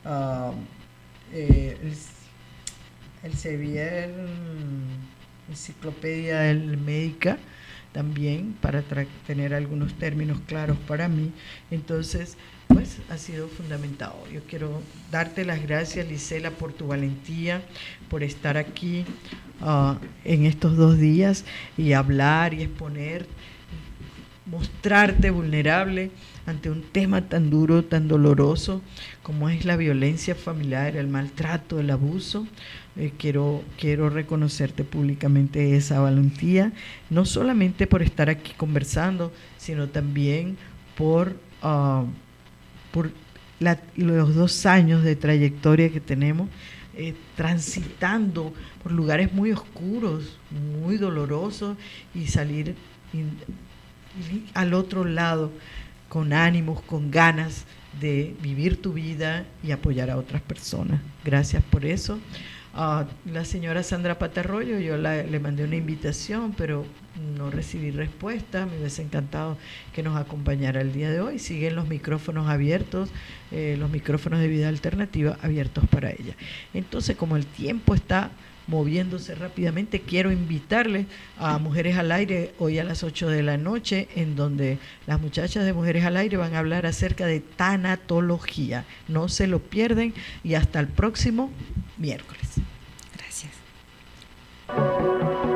el Sevier, Enciclopedia Médica, también para tener algunos términos claros para mí. Entonces, pues ha sido fundamentado. Yo quiero darte las gracias, Lisela, por tu valentía, por estar aquí en estos 2 días y hablar y exponer, mostrarte vulnerable ante un tema tan duro, tan doloroso como es la violencia familiar, el maltrato, el abuso. Quiero reconocerte públicamente esa valentía, no solamente por estar aquí conversando, sino también por los 2 años de trayectoria que tenemos, transitando por lugares muy oscuros, muy dolorosos, y salir al otro lado con ánimos, con ganas de vivir tu vida y apoyar a otras personas. Gracias por eso. La señora Sandra Patarroyo, yo le mandé una invitación, pero no recibí respuesta. Me hubiese encantado que nos acompañara el día de hoy. Siguen los micrófonos abiertos, los micrófonos de Vida Alternativa abiertos para ella. Entonces, como el tiempo está moviéndose rápidamente, quiero invitarles a Mujeres al Aire hoy a las 8 de la noche, en donde las muchachas de Mujeres al Aire van a hablar acerca de tanatología. No se lo pierden y hasta el próximo miércoles. Gracias.